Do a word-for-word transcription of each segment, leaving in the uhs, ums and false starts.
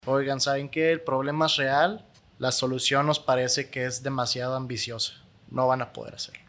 Oigan, ¿saben qué? El problema es real. La solución nos parece que es demasiado ambiciosa. No van a poder hacerlo.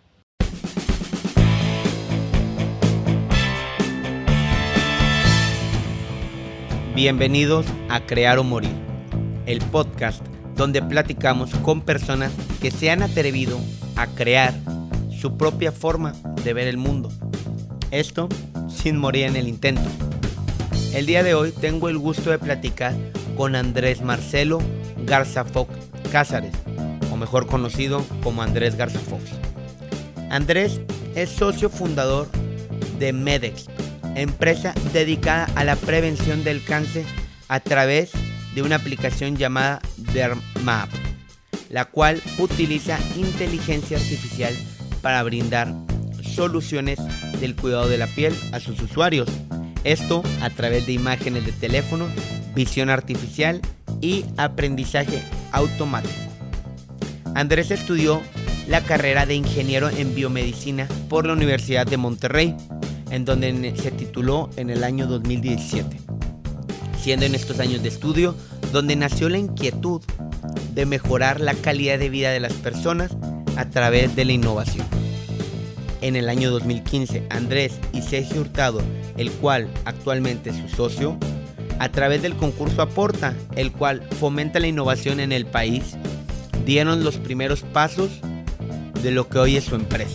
Bienvenidos a Crear o Morir, el podcast donde platicamos con personas que se han atrevido a crear su propia forma de ver el mundo. Esto sin morir en el intento. El día de hoy tengo el gusto de platicar con Andrés Marcelo Garza Fox Cázares, o mejor conocido como Andrés Garza Fox. Andrés es socio fundador de Medex, empresa dedicada a la prevención del cáncer a través de una aplicación llamada DermMap, la cual utiliza inteligencia artificial para brindar soluciones del cuidado de la piel a sus usuarios. Esto a través de imágenes de teléfono, visión artificial y aprendizaje automático. Andrés estudió la carrera de ingeniero en biomedicina por la Universidad de Monterrey, en donde se tituló en el año dos mil diecisiete, siendo en estos años de estudio donde nació la inquietud de mejorar la calidad de vida de las personas a través de la innovación. En el año dos mil quince, Andrés y Sergio Hurtado, el cual actualmente es su socio, a través del concurso Aporta, el cual fomenta la innovación en el país, dieron los primeros pasos de lo que hoy es su empresa.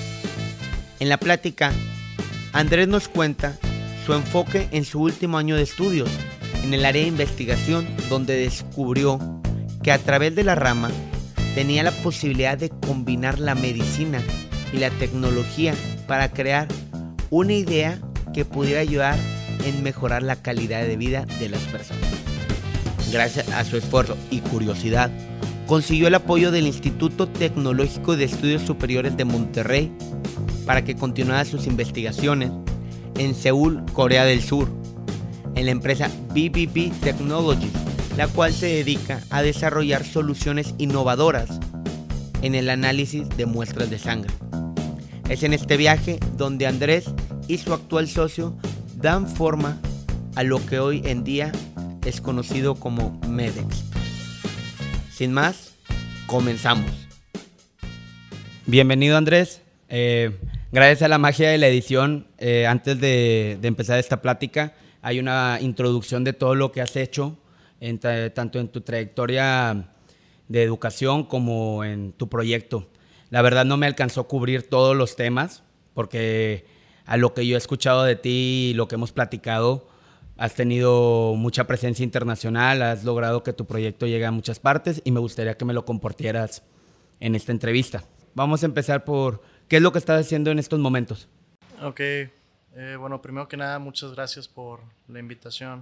En la plática, Andrés nos cuenta su enfoque en su último año de estudios en el área de investigación, donde descubrió que a través de la rama tenía la posibilidad de combinar la medicina y la tecnología para crear una idea que pudiera ayudar en mejorar la calidad de vida de las personas. Gracias a su esfuerzo y curiosidad, consiguió el apoyo del Instituto Tecnológico de Estudios Superiores de Monterrey para que continuara sus investigaciones en Seúl, Corea del Sur, en la empresa B B B Technologies, la cual se dedica a desarrollar soluciones innovadoras en el análisis de muestras de sangre. Es en este viaje donde Andrés y su actual socio dan forma a lo que hoy en día es conocido como Medex. Sin más, comenzamos. Bienvenido, Andrés. Eh, gracias a la magia de la edición, eh, antes de, de empezar esta plática, hay una introducción de todo lo que has hecho, en, tanto en tu trayectoria de educación como en tu proyecto. La verdad no me alcanzó a cubrir todos los temas, porque a lo que yo he escuchado de ti y lo que hemos platicado, has tenido mucha presencia internacional, has logrado que tu proyecto llegue a muchas partes y me gustaría que me lo compartieras en esta entrevista. Vamos a empezar por, ¿qué es lo que estás haciendo en estos momentos? Ok, eh, bueno, primero que nada, muchas gracias por la invitación.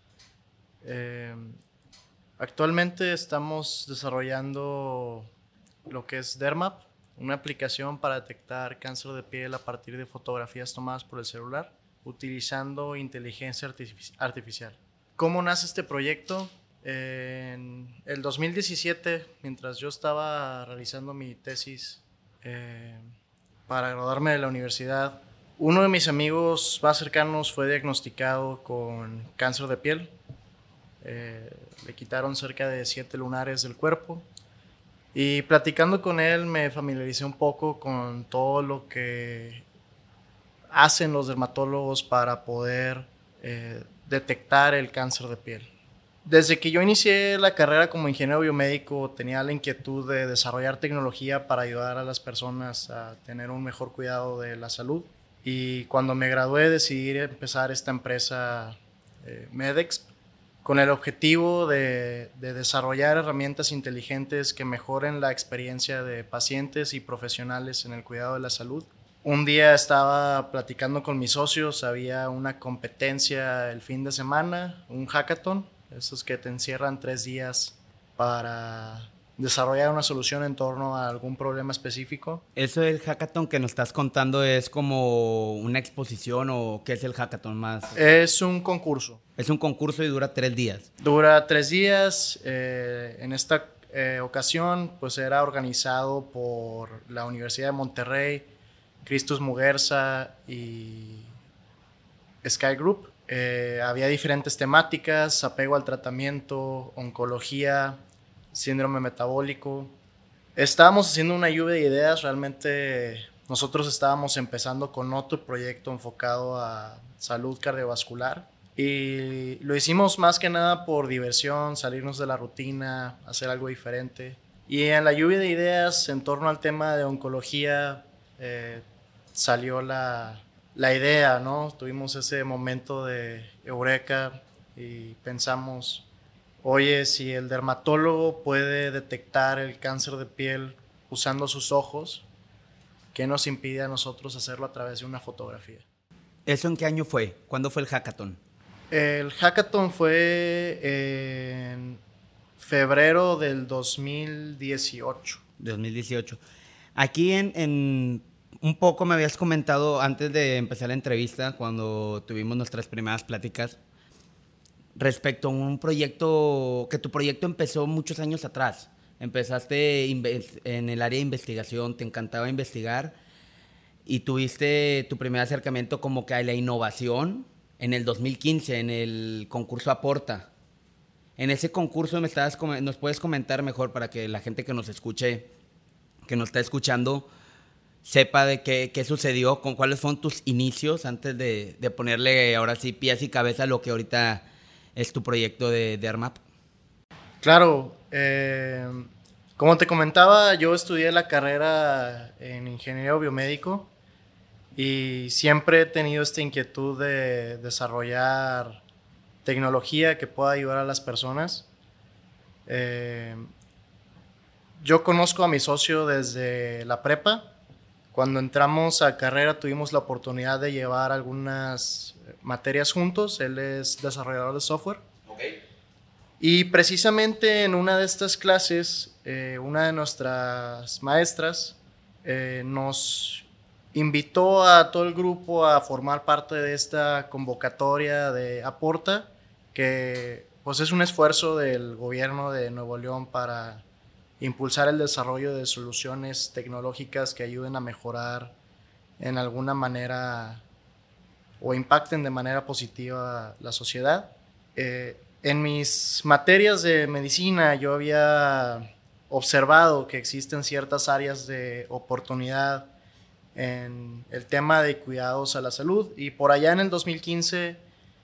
Eh, actualmente estamos desarrollando lo que es DermMap, una aplicación para detectar cáncer de piel a partir de fotografías tomadas por el celular, utilizando inteligencia artifici- artificial. ¿Cómo nace este proyecto? Eh, en el dos mil diecisiete, mientras yo estaba realizando mi tesis eh, para graduarme de la universidad, uno de mis amigos más cercanos fue diagnosticado con cáncer de piel. Eh, le quitaron cerca de siete lunares del cuerpo. Y platicando con él me familiaricé un poco con todo lo que hacen los dermatólogos para poder eh, detectar el cáncer de piel. Desde que yo inicié la carrera como ingeniero biomédico tenía la inquietud de desarrollar tecnología para ayudar a las personas a tener un mejor cuidado de la salud. Y cuando me gradué decidí empezar esta empresa eh, Medex, con el objetivo de, de desarrollar herramientas inteligentes que mejoren la experiencia de pacientes y profesionales en el cuidado de la salud. Un día estaba platicando con mis socios, había una competencia el fin de semana, un hackathon, esos que te encierran tres días para desarrollar una solución en torno a algún problema específico. ¿Eso del hackathon que nos estás contando es como una exposición o qué es el hackathon más? Es un concurso. Es un concurso y dura tres días. Dura tres días. Eh, en esta eh, ocasión, pues era organizado por la Universidad de Monterrey, Christus Muguerza y Sky Group. Eh, había diferentes temáticas: apego al tratamiento, oncología, síndrome metabólico. Estábamos haciendo una lluvia de ideas. Realmente nosotros estábamos empezando con otro proyecto enfocado a salud cardiovascular y lo hicimos más que nada por diversión, salirnos de la rutina, hacer algo diferente. Y en la lluvia de ideas en torno al tema de oncología eh, salió la, la idea, ¿no? Tuvimos ese momento de eureka y pensamos: oye, si el dermatólogo puede detectar el cáncer de piel usando sus ojos, ¿qué nos impide a nosotros hacerlo a través de una fotografía? ¿Eso en qué año fue? ¿Cuándo fue el hackathon? El hackathon fue en febrero del dos mil dieciocho. dos mil dieciocho. Aquí en, en un poco me habías comentado antes de empezar la entrevista, cuando tuvimos nuestras primeras pláticas, respecto a un proyecto, que tu proyecto empezó muchos años atrás. Empezaste en el área de investigación, te encantaba investigar y tuviste tu primer acercamiento como que a la innovación en el dos mil quince, en el concurso Aporta. En ese concurso me estabas, nos puedes comentar mejor para que la gente que nos escuche, que nos está escuchando, sepa de qué, qué sucedió, con cuáles fueron tus inicios antes de, de ponerle ahora sí pies y cabeza a lo que ahorita es tu proyecto de, de ARMAP. Claro, eh, como te comentaba, yo estudié la carrera en ingeniero biomédico y siempre he tenido esta inquietud de desarrollar tecnología que pueda ayudar a las personas. Eh, yo conozco a mi socio desde la prepa. Cuando entramos a carrera tuvimos la oportunidad de llevar algunas materias juntos. Él es desarrollador de software. Okay. Y precisamente en una de estas clases, eh, una de nuestras maestras eh, nos invitó a todo el grupo a formar parte de esta convocatoria de Aporta, que pues es un esfuerzo del gobierno de Nuevo León para impulsar el desarrollo de soluciones tecnológicas que ayuden a mejorar en alguna manera o impacten de manera positiva la sociedad. Eh, en mis materias de medicina yo había observado que existen ciertas áreas de oportunidad en el tema de cuidados a la salud, y por allá en el dos mil quince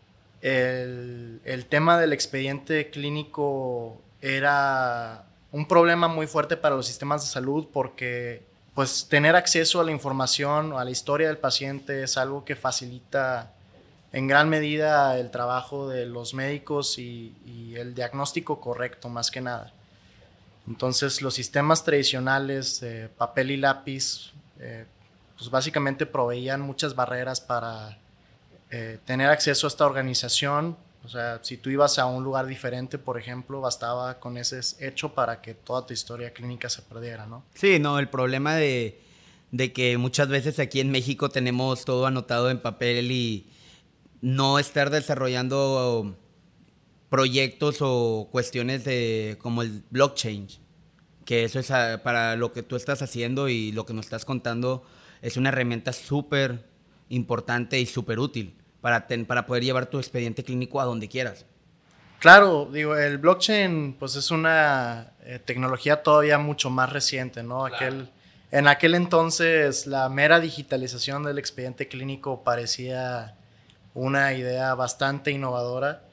el, el tema del expediente clínico era un problema muy fuerte para los sistemas de salud, porque pues tener acceso a la información o a la historia del paciente es algo que facilita en gran medida el trabajo de los médicos y, y el diagnóstico correcto, más que nada. Entonces los sistemas tradicionales de papel y lápiz eh, pues básicamente proveían muchas barreras para eh, tener acceso a esta organización. O sea, si tú ibas a un lugar diferente, por ejemplo, bastaba con ese hecho para que toda tu historia clínica se perdiera, ¿no? Sí, no, el problema de, de que muchas veces aquí en México tenemos todo anotado en papel y no estar desarrollando proyectos o cuestiones de como el blockchain, que eso es a, para lo que tú estás haciendo y lo que nos estás contando, es una herramienta súper importante y súper útil para, ten, para poder llevar tu expediente clínico a donde quieras. Claro, digo, el blockchain pues es una eh, tecnología todavía mucho más reciente, ¿no? Claro. Aquel, en aquel entonces la mera digitalización del expediente clínico parecía una idea bastante innovadora,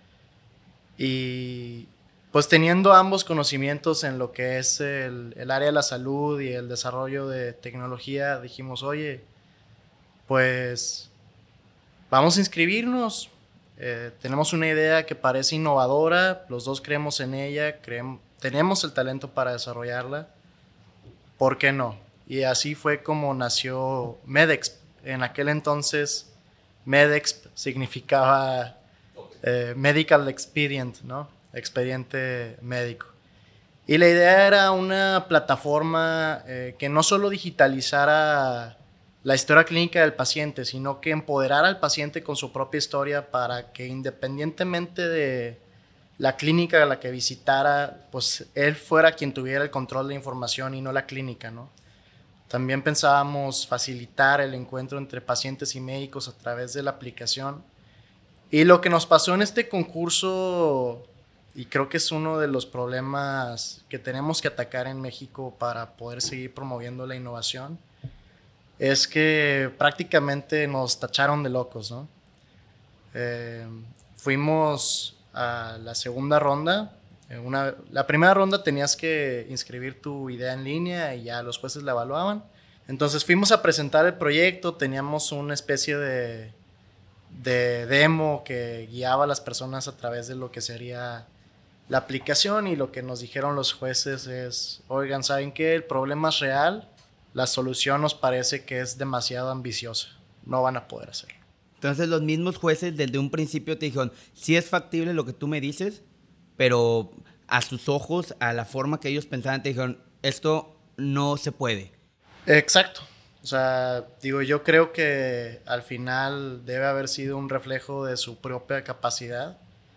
y pues teniendo ambos conocimientos en lo que es el, el área de la salud y el desarrollo de tecnología, dijimos, oye, pues vamos a inscribirnos. Eh, tenemos una idea que parece innovadora, los dos creemos en ella, creemos, tenemos el talento para desarrollarla, ¿por qué no? Y así fue como nació MedExp. En aquel entonces MedExp significaba eh, Medical Expedient, ¿no? Expediente médico. Y la idea era una plataforma eh, que no solo digitalizara la historia clínica del paciente, sino que empoderara al paciente con su propia historia para que, independientemente de la clínica a la que visitara, pues él fuera quien tuviera el control de la información y no la clínica, ¿no? También pensábamos facilitar el encuentro entre pacientes y médicos a través de la aplicación, Y lo que nos pasó en este concurso, y creo que es uno de los problemas que tenemos que atacar en México para poder seguir promoviendo la innovación, es que prácticamente nos tacharon de locos, ¿no? Eh, fuimos a la segunda ronda. Una, la primera ronda tenías que inscribir tu idea en línea y ya los jueces la evaluaban. Entonces fuimos a presentar el proyecto, teníamos una especie de, de demo que guiaba a las personas a través de lo que sería la aplicación, y lo que nos dijeron los jueces es, oigan, ¿saben qué? El problema es real, la solución nos parece que es demasiado ambiciosa, no van a poder hacerlo. Entonces los mismos jueces desde un principio te dijeron, sí es factible lo que tú me dices, pero a sus ojos, a la forma que ellos pensaban, te dijeron, esto no se puede. Exacto. O sea, digo, yo creo que al final debe haber sido un reflejo de su propia capacidad,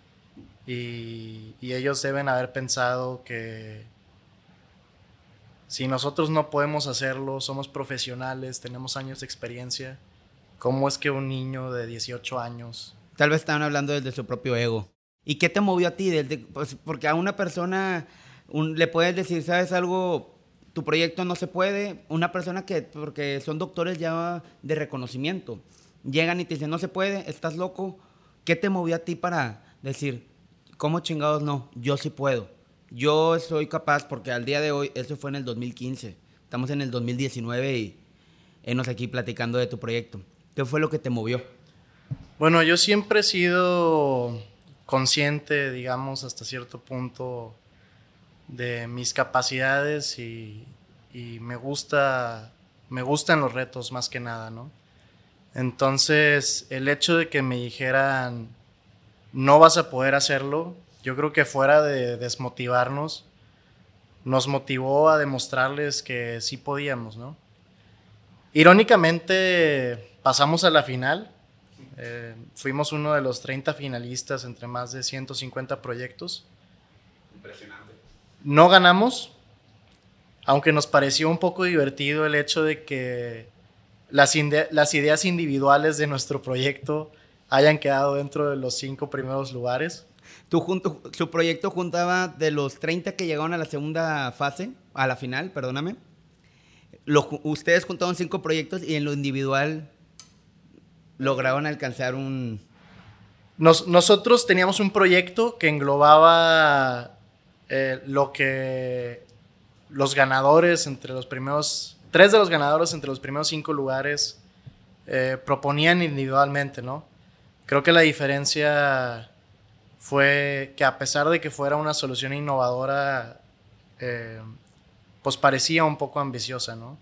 y, y ellos deben haber pensado que si nosotros no podemos hacerlo, somos profesionales, tenemos años de experiencia, ¿cómo es que un niño de dieciocho años? Tal vez estaban hablando desde su propio ego. ¿Y qué te movió a ti? Desde, pues, porque a una persona un, le puedes decir, ¿sabes algo? Tu proyecto no se puede. Una persona que, porque son doctores ya de reconocimiento, llegan y te dicen, no se puede, estás loco. ¿Qué te movió a ti para decir, ¿cómo chingados no? Yo sí puedo. Yo soy capaz, porque al día de hoy, eso fue en el dos mil quince. Estamos en el dos mil diecinueve y enos aquí platicando de tu proyecto. ¿Qué fue lo que te movió? Bueno, yo siempre he sido consciente, digamos, hasta cierto punto de mis capacidades, y, y me gusta, me gustan los retos más que nada, ¿no? Entonces, el hecho de que me dijeran, no vas a poder hacerlo, yo creo que fuera de desmotivarnos, nos motivó a demostrarles que sí podíamos, ¿no? Irónicamente, pasamos a la final. Eh, fuimos uno de los treinta finalistas entre más de ciento cincuenta proyectos. Impresionante. No ganamos, aunque nos pareció un poco divertido el hecho de que las, inde- las ideas individuales de nuestro proyecto hayan quedado dentro de los cinco primeros lugares. Tú junto, su proyecto juntaba de los treinta que llegaron a la segunda fase, a la final, perdóname. Lo, ustedes juntaron cinco proyectos y en lo individual lograron alcanzar un... Nos, nosotros teníamos un proyecto que englobaba eh, lo que los ganadores entre los primeros, tres de los ganadores entre los primeros cinco lugares eh, proponían individualmente, ¿no? Creo que la diferencia fue que, a pesar de que fuera una solución innovadora, eh, pues parecía un poco ambiciosa, ¿no?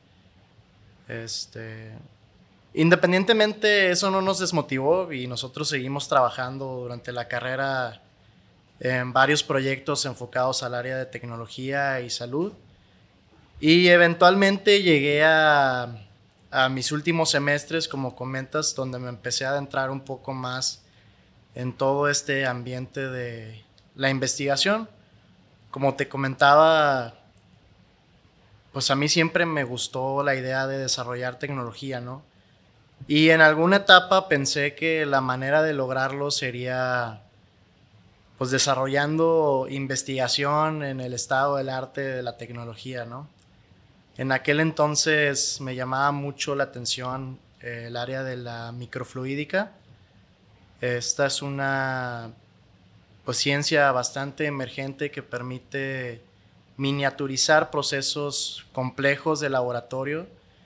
Este... Independientemente, eso no nos desmotivó, y nosotros seguimos trabajando durante la carrera en varios proyectos enfocados al área de tecnología y salud. Y eventualmente llegué a, a mis últimos semestres, como comentas, donde me empecé a adentrar un poco más en todo este ambiente de la investigación. Como te comentaba, pues a mí siempre me gustó la idea de desarrollar tecnología, ¿no? Y en alguna etapa pensé que la manera de lograrlo sería, pues, desarrollando investigación en el estado del arte de la tecnología, ¿no? En aquel entonces me llamaba mucho la atención eh, el área de la microfluídica. Esta es una, pues, ciencia bastante emergente que permite miniaturizar procesos complejos de laboratorio,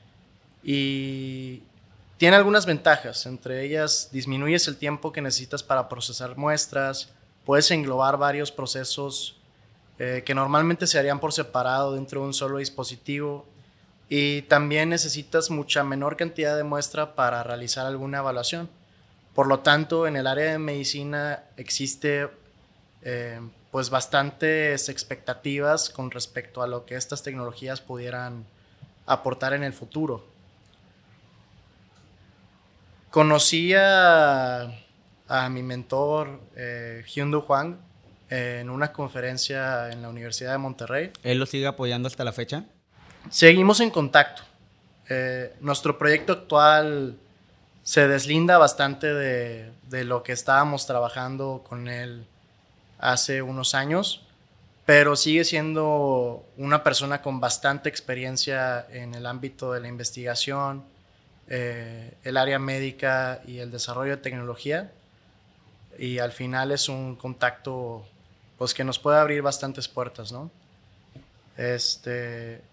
y tiene algunas ventajas. Entre ellas, disminuyes el tiempo que necesitas para procesar muestras, puedes englobar varios procesos eh, que normalmente se harían por separado dentro de un solo dispositivo, y también necesitas mucha menor cantidad de muestra para realizar alguna evaluación. Por lo tanto, en el área de medicina existe eh, pues bastantes expectativas con respecto a lo que estas tecnologías pudieran aportar en el futuro. Conocí a, a mi mentor, eh, Hyun-Do Hwang, eh, en una conferencia en la Universidad de Monterrey. ¿Él lo sigue apoyando hasta la fecha? Seguimos en contacto. Eh, nuestro proyecto actual se deslinda bastante de, de lo que estábamos trabajando con él hace unos años, pero sigue siendo una persona con bastante experiencia en el ámbito de la investigación, eh, el área médica y el desarrollo de tecnología, y al final es un contacto pues que nos puede abrir bastantes puertas, ¿no? Este,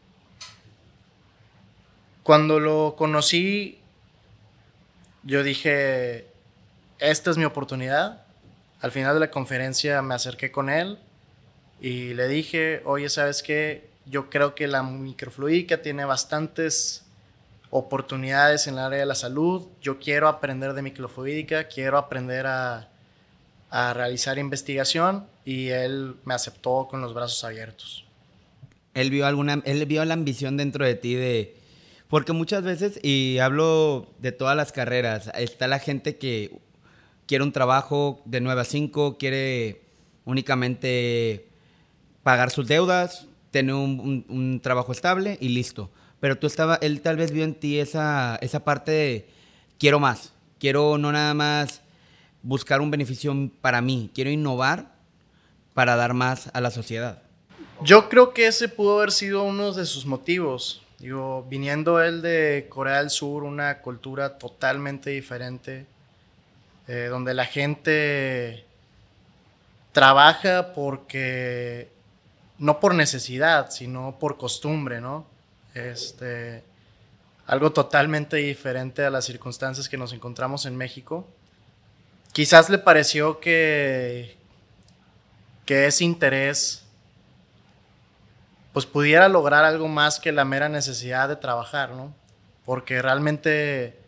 cuando lo conocí, yo dije, esta es mi oportunidad. Al final de la conferencia me acerqué con él y le dije, oye, ¿sabes qué? Yo creo que la microfluídica tiene bastantes oportunidades en el área de la salud. Yo quiero aprender de microfluídica, quiero aprender a, a realizar investigación, y él me aceptó con los brazos abiertos. Él vio alguna, él vio la ambición dentro de ti de... Porque muchas veces, y hablo de todas las carreras, está la gente que quiere un trabajo de nueve a cinco, quiere únicamente pagar sus deudas, tener un, un, un trabajo estable y listo. Pero tú estaba, él tal vez vio en ti esa, esa parte de quiero más, quiero no nada más buscar un beneficio para mí, quiero innovar para dar más a la sociedad. Yo creo que ese pudo haber sido uno de sus motivos. Digo, viniendo él de Corea del Sur, una cultura totalmente diferente, eh, donde la gente trabaja porque, no por necesidad, sino por costumbre, ¿no? Este, algo totalmente diferente a las circunstancias que nos encontramos en México. Quizás le pareció que, que ese interés pues pudiera lograr algo más que la mera necesidad de trabajar, ¿no? Porque realmente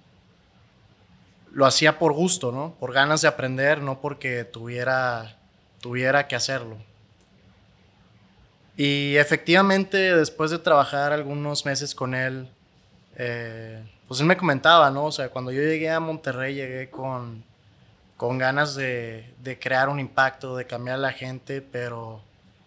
lo hacía por gusto, ¿no? Por ganas de aprender, no porque tuviera, tuviera que hacerlo. Y efectivamente, después de trabajar algunos meses con él, eh, pues él me comentaba, ¿no? O sea, cuando yo llegué a Monterrey, llegué con, con ganas de, de crear un impacto, de cambiar a la gente, pero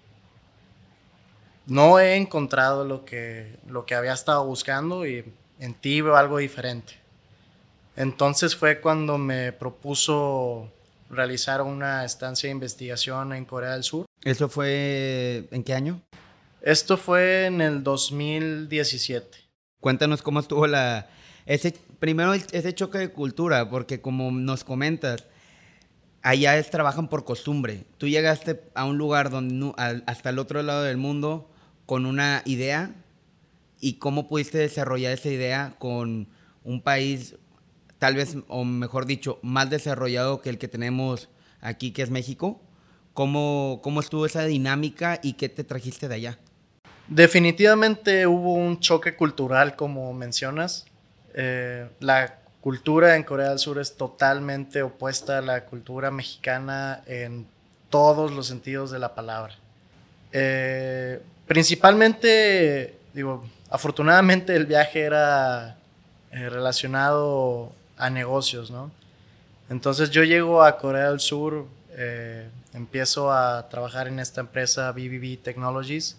no he encontrado lo que, lo que había estado buscando, y en ti veo algo diferente. Entonces fue cuando me propuso realizar una estancia de investigación en Corea del Sur. ¿Eso fue en qué año? Esto fue en el dos mil diecisiete. Cuéntanos cómo estuvo la... Ese, primero ese choque de cultura, porque como nos comentas, allá es, trabajan por costumbre. Tú llegaste a un lugar donde, hasta el otro lado del mundo con una idea, y cómo pudiste desarrollar esa idea con un país tal vez, o mejor dicho, más desarrollado que el que tenemos aquí, que es México. ¿Cómo, cómo estuvo esa dinámica y qué te trajiste de allá? Definitivamente hubo un choque cultural, como mencionas. Eh, la cultura en Corea del Sur es totalmente opuesta a la cultura mexicana en todos los sentidos de la palabra. Eh, principalmente, digo, afortunadamente el viaje era eh, relacionado a negocios, ¿no? Entonces yo llego a Corea del Sur, eh, empiezo a trabajar en esta empresa B B B Technologies,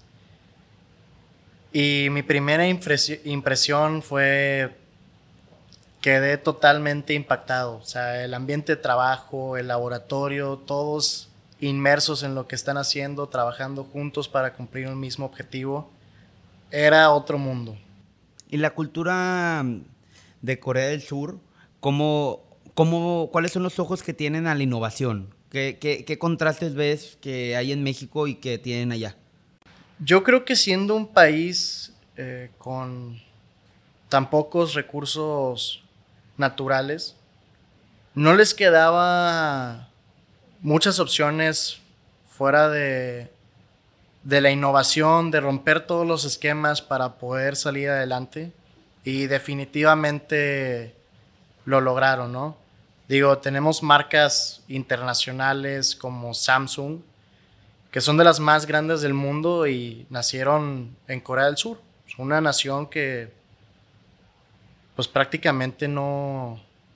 y mi primera impresión fue, quedé totalmente impactado. O sea, el ambiente de trabajo, el laboratorio, todos inmersos en lo que están haciendo, trabajando juntos para cumplir un mismo objetivo, era otro mundo. Y la cultura de Corea del Sur, ¿cómo, cómo, ¿cuáles son los ojos que tienen a la innovación? ¿Qué, qué, qué contrastes ves que hay en México y que tienen allá? Yo creo que siendo un país eh, con tan pocos recursos naturales, no les quedaba muchas opciones fuera de, de la innovación, de romper todos los esquemas para poder salir adelante, y definitivamente lo lograron, ¿no? Digo, tenemos marcas internacionales como Samsung, que son de las más grandes del mundo y nacieron en Corea del Sur. Es una nación que pues prácticamente no,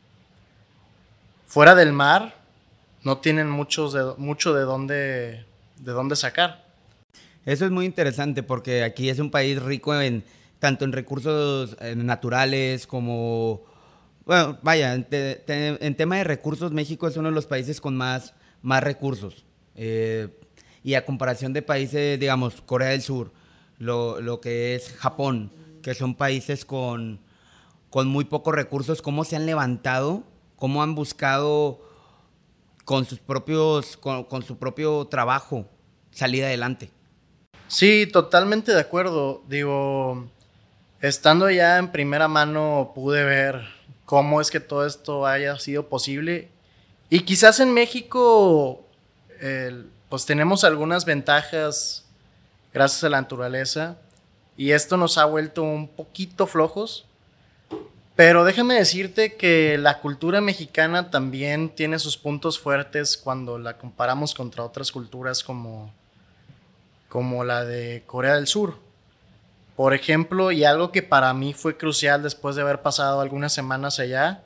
fuera del mar, no tienen muchos de, mucho de dónde, de dónde sacar. Eso es muy interesante porque aquí es un país rico en tanto en recursos naturales como Bueno, vaya, en, te, te, en tema de recursos, México es uno de los países con más, más recursos. Eh, y a comparación de países, digamos, Corea del Sur, lo, lo que es Japón, que son países con, con muy pocos recursos, cómo se han levantado, cómo han buscado con sus propios, con, con su propio trabajo salir adelante. Sí, totalmente de acuerdo. Digo, estando ya en primera mano pude ver cómo es que todo esto haya sido posible. Y quizás en México, eh, pues tenemos algunas ventajas gracias a la naturaleza. Y esto nos ha vuelto un poquito flojos. Pero déjame decirte que la cultura mexicana también tiene sus puntos fuertes cuando la comparamos contra otras culturas como, como la de Corea del Sur. Por ejemplo, y algo que para mí fue crucial después de haber pasado algunas semanas allá,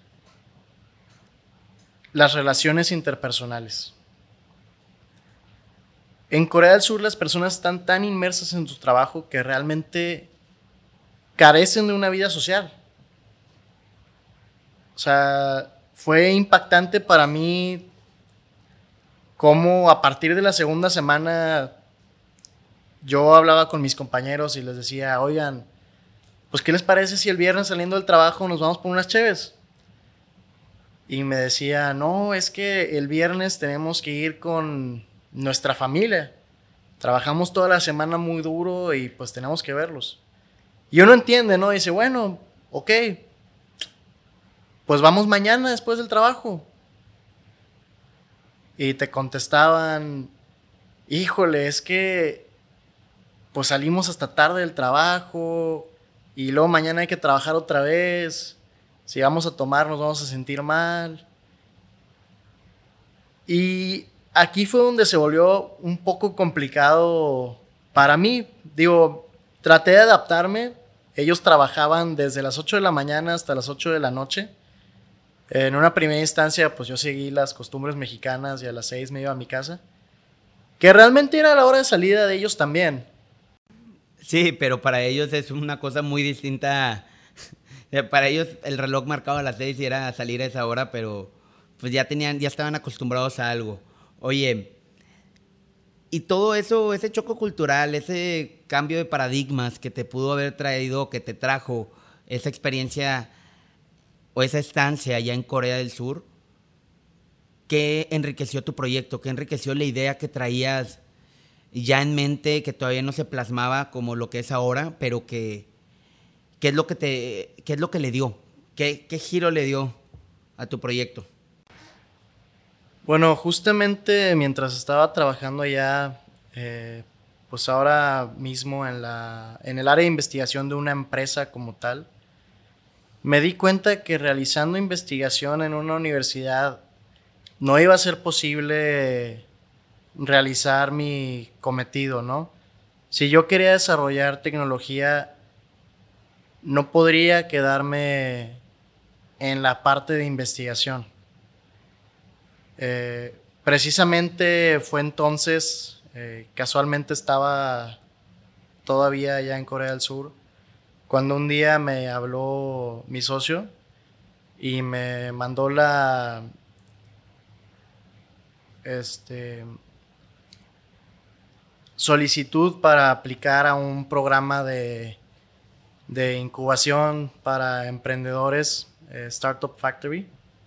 las relaciones interpersonales. En Corea del Sur las personas están tan inmersas en su trabajo que realmente carecen de una vida social. O sea, fue impactante para mí cómo a partir de la segunda semana yo hablaba con mis compañeros y les decía, oigan, pues ¿qué les parece si el viernes saliendo del trabajo nos vamos por unas cheves? Y me decía, no, es que el viernes tenemos que ir con nuestra familia. Trabajamos toda la semana muy duro y pues tenemos que verlos. Y uno entiende, ¿no? Dice, bueno, ok, pues vamos mañana después del trabajo. Y te contestaban, híjole, es que pues salimos hasta tarde del trabajo y luego mañana hay que trabajar otra vez. Si vamos a tomar nos vamos a sentir mal. Y aquí fue donde se volvió un poco complicado para mí. Digo, traté de adaptarme. Ellos trabajaban desde las ocho de la mañana hasta las ocho de la noche. En una primera instancia, pues yo seguí las costumbres mexicanas y a las seis me iba a mi casa. Que realmente era la hora de salida de ellos también. Sí, pero para ellos es una cosa muy distinta. Para ellos el reloj marcaba a las seis y era salir a esa hora, pero pues ya tenían, ya estaban acostumbrados a algo. Oye, y todo eso, ese choque cultural, ese cambio de paradigmas que te pudo haber traído, que te trajo esa experiencia o esa estancia allá en Corea del Sur, ¿qué enriqueció tu proyecto? ¿Qué enriqueció la idea que traías ya en mente, que todavía no se plasmaba como lo que es ahora, pero que qué es lo que te, qué es lo que le dio? ¿Qué, qué giro le dio a tu proyecto? Bueno, justamente mientras estaba trabajando allá, eh, pues ahora mismo en, la, en el área de investigación de una empresa como tal, me di cuenta que realizando investigación en una universidad no iba a ser posible realizar mi cometido, ¿no? Si yo quería desarrollar tecnología, no podría quedarme en la parte de investigación. Eh, precisamente fue entonces, eh, casualmente estaba todavía allá en Corea del Sur, cuando un día me habló mi socio y me mandó la este, solicitud para aplicar a un programa de, de incubación para emprendedores, eh, Startup Factory.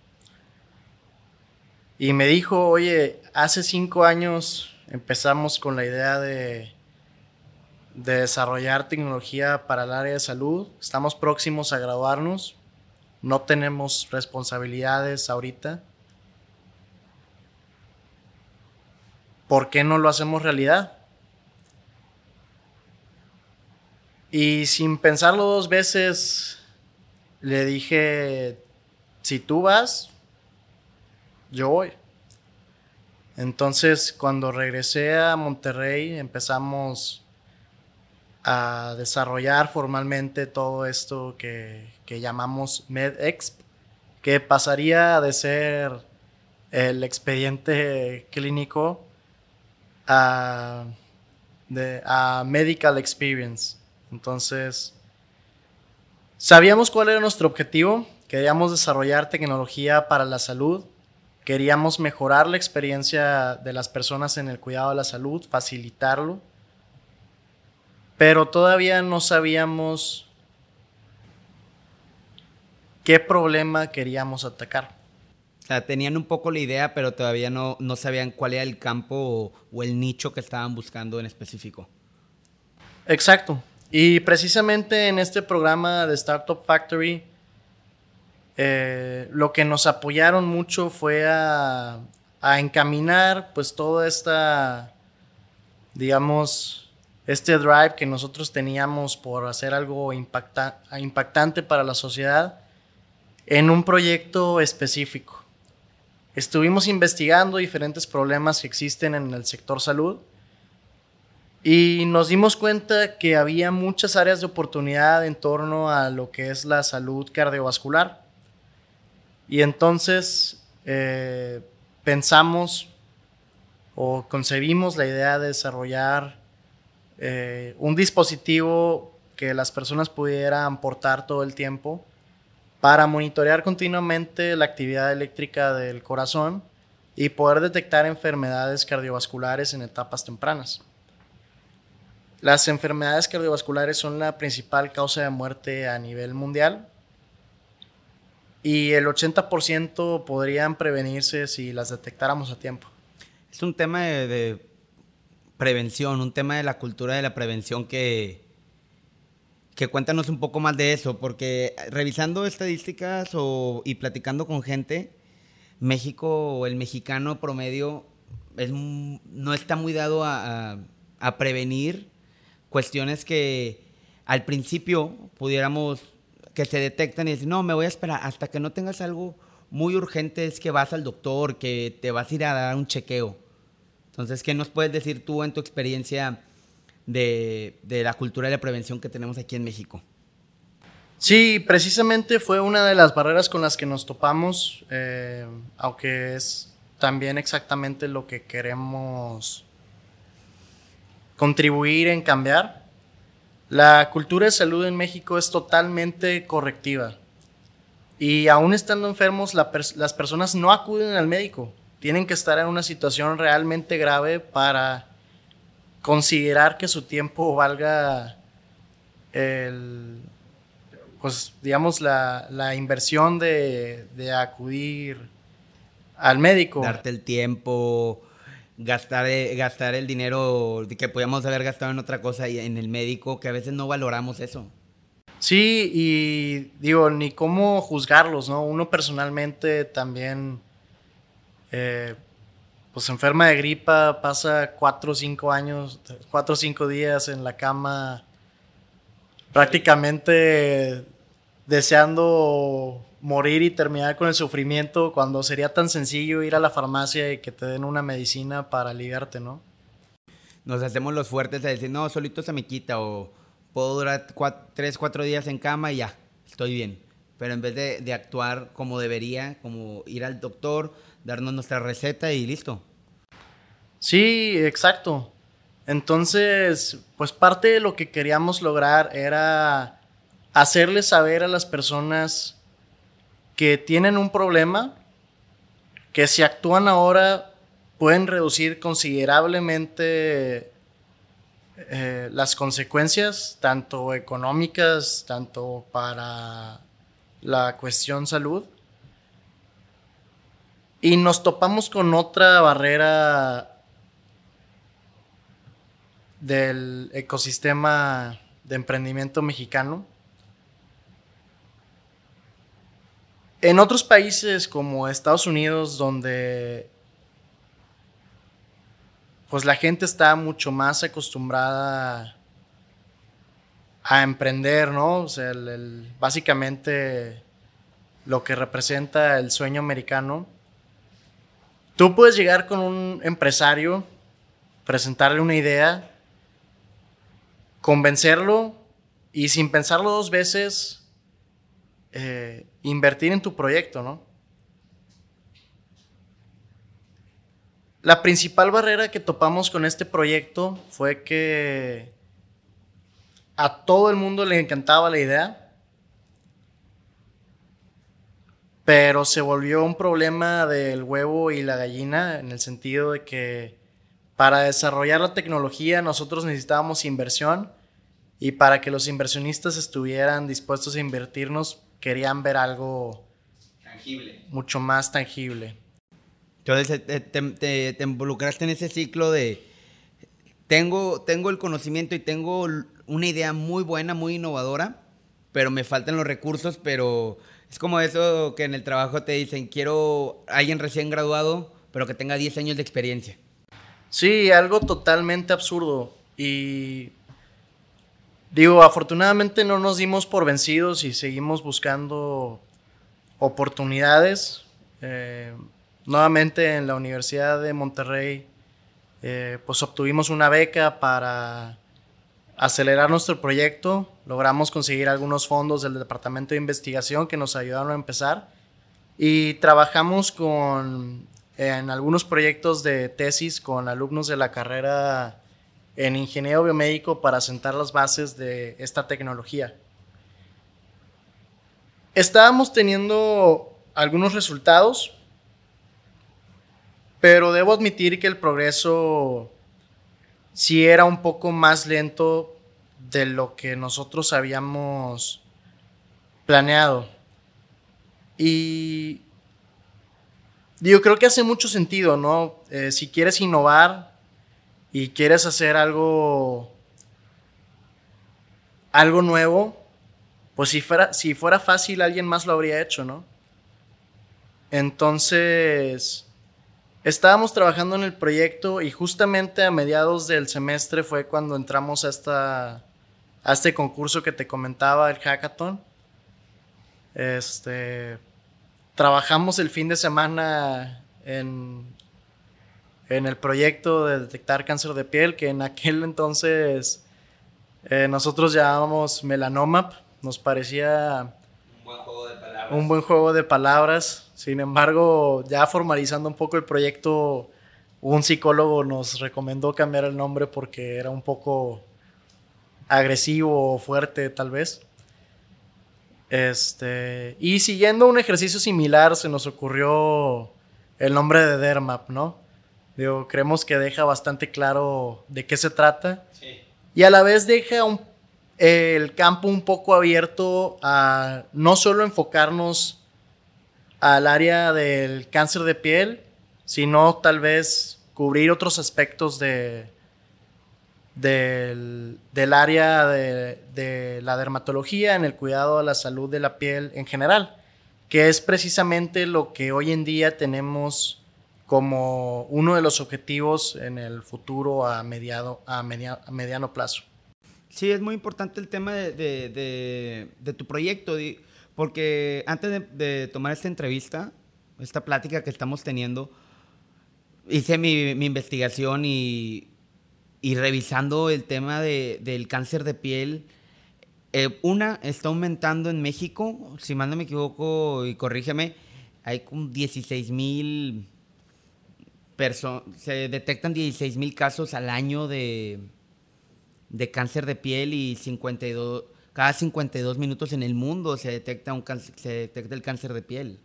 Y me dijo, oye, hace cinco años empezamos con la idea de, de desarrollar tecnología para el área de salud. Estamos próximos a graduarnos. No tenemos responsabilidades ahorita. ¿Por qué no lo hacemos realidad? Y sin pensarlo dos veces, le dije, si tú vas, yo voy. Entonces, cuando regresé a Monterrey, empezamos a desarrollar formalmente todo esto que, que llamamos MedExp, que pasaría de ser el expediente clínico a, de, a Medical Experience. Entonces, sabíamos cuál era nuestro objetivo. queríamos desarrollar tecnología para la salud, queríamos mejorar la experiencia de las personas en el cuidado de la salud, facilitarlo, pero todavía no sabíamos qué problema queríamos atacar. O sea, tenían un poco la idea, pero todavía no, no sabían cuál era el campo o, o el nicho que estaban buscando en específico. Exacto. Y precisamente en este programa de Startup Factory, eh, lo que nos apoyaron mucho fue a, a encaminar pues toda esta, digamos, este drive que nosotros teníamos por hacer algo impacta, impactante para la sociedad en un proyecto específico. Estuvimos investigando diferentes problemas que existen en el sector salud y nos dimos cuenta que había muchas áreas de oportunidad en torno a lo que es la salud cardiovascular. Y entonces eh, pensamos o concebimos la idea de desarrollar eh, un dispositivo que las personas pudieran portar todo el tiempo para monitorear continuamente la actividad eléctrica del corazón y poder detectar enfermedades cardiovasculares en etapas tempranas. Las enfermedades cardiovasculares son la principal causa de muerte a nivel mundial y el ochenta por ciento podrían prevenirse si las detectáramos a tiempo. Es un tema de, de prevención, un tema de la cultura de la prevención que... Que cuéntanos un poco más de eso, porque revisando estadísticas o, y platicando con gente, México, el mexicano promedio es, no está muy dado a, a, a prevenir cuestiones que al principio pudiéramos, que se detectan y decir, no, me voy a esperar hasta que no tengas algo muy urgente, es que vas al doctor, que te vas a ir a dar un chequeo. Entonces, ¿qué nos puedes decir tú en tu experiencia De, de la cultura de la prevención que tenemos aquí en México? Sí, precisamente fue una de las barreras con las que nos topamos, eh, aunque es también exactamente lo que queremos contribuir en cambiar. La cultura de salud en México es totalmente correctiva y aún estando enfermos la pers- las personas no acuden al médico, tienen que estar en una situación realmente grave para considerar que su tiempo valga el, pues digamos la, la inversión de, de acudir al médico. Darte el tiempo, gastar, gastar el dinero que podíamos haber gastado en otra cosa y en el médico, que a veces no valoramos eso. Sí, y digo, ni cómo juzgarlos, ¿no? Uno personalmente también eh, pues se enferma de gripa, pasa cuatro o cinco años, cuatro o cinco días en la cama, prácticamente deseando morir y terminar con el sufrimiento, cuando sería tan sencillo ir a la farmacia y que te den una medicina para aliviarte, ¿no? Nos hacemos los fuertes a decir, no, solito se me quita, o puedo durar cuatro, tres, cuatro días en cama y ya, estoy bien. Pero en vez de, de actuar como debería, como ir al doctor, darnos nuestra receta y listo. Sí, exacto. Entonces, pues parte de lo que queríamos lograr era hacerles saber a las personas que tienen un problema, que si actúan ahora pueden reducir considerablemente eh, las consecuencias, tanto económicas, tanto para la cuestión salud. Y nos topamos con otra barrera del ecosistema de emprendimiento mexicano. En otros países como Estados Unidos, donde pues la gente está mucho más acostumbrada a emprender, ¿no? O sea, el, el, básicamente lo que representa el sueño americano. Tú puedes llegar con un empresario, presentarle una idea, convencerlo y sin pensarlo dos veces eh, invertir en tu proyecto, ¿no? La principal barrera que topamos con este proyecto fue que a todo el mundo le encantaba la idea, pero se volvió un problema del huevo y la gallina, en el sentido de que para desarrollar la tecnología nosotros necesitábamos inversión, y para que los inversionistas estuvieran dispuestos a invertirnos querían ver algo tangible, mucho más tangible. Entonces te, te, te, te involucraste en ese ciclo de tengo, tengo el conocimiento y tengo una idea muy buena, muy innovadora, pero me faltan los recursos. Pero es como eso que en el trabajo te dicen, quiero a alguien recién graduado, pero que tenga diez años de experiencia. Sí, algo totalmente absurdo. Y digo, afortunadamente no nos dimos por vencidos y seguimos buscando oportunidades. Eh, nuevamente en la Universidad de Monterrey, eh, pues obtuvimos una beca para acelerar nuestro proyecto. Logramos conseguir algunos fondos del Departamento de Investigación que nos ayudaron a empezar. Y trabajamos con, en algunos proyectos de tesis con alumnos de la carrera en ingeniero biomédico para sentar las bases de esta tecnología. Estábamos teniendo algunos resultados, pero debo admitir que el progreso sí era un poco más lento de lo que nosotros habíamos planeado. Y yo creo que hace mucho sentido, ¿no? Eh, si quieres innovar y quieres hacer algo, algo nuevo, pues si fuera, si fuera fácil, alguien más lo habría hecho, ¿no? Entonces, estábamos trabajando en el proyecto y justamente a mediados del semestre fue cuando entramos a, esta, a este concurso que te comentaba, el hackathon. Este, trabajamos el fin de semana en... en el proyecto de detectar cáncer de piel, que en aquel entonces eh, nosotros llamábamos Melanoma. Nos parecía un buen juego de palabras. Un buen juego de palabras. Sin embargo, ya formalizando un poco el proyecto, un psicólogo nos recomendó cambiar el nombre porque era un poco agresivo o fuerte, tal vez. Este, y siguiendo un ejercicio similar, se nos ocurrió el nombre de DERMAP, ¿no? Digo, creemos que deja bastante claro de qué se trata. Sí. Y a la vez deja un, eh, el campo un poco abierto a no solo enfocarnos al área del cáncer de piel, sino tal vez cubrir otros aspectos de, del, del área de, de la dermatología en el cuidado de la salud de la piel en general, que es precisamente lo que hoy en día tenemos como uno de los objetivos en el futuro a, mediado, a, media, a mediano plazo. Sí, es muy importante el tema de, de, de, de tu proyecto, porque antes de, de tomar esta entrevista, esta plática que estamos teniendo, hice mi, mi investigación y, y revisando el tema de, del cáncer de piel. Eh, una, está aumentando en México, si mal no me equivoco y corrígeme, hay como dieciséis mil... Perso- se detectan dieciséis mil casos al año de, de cáncer de piel y cincuenta y dos, cada cincuenta y dos minutos en el mundo se detecta, un cáncer, se detecta el cáncer de piel.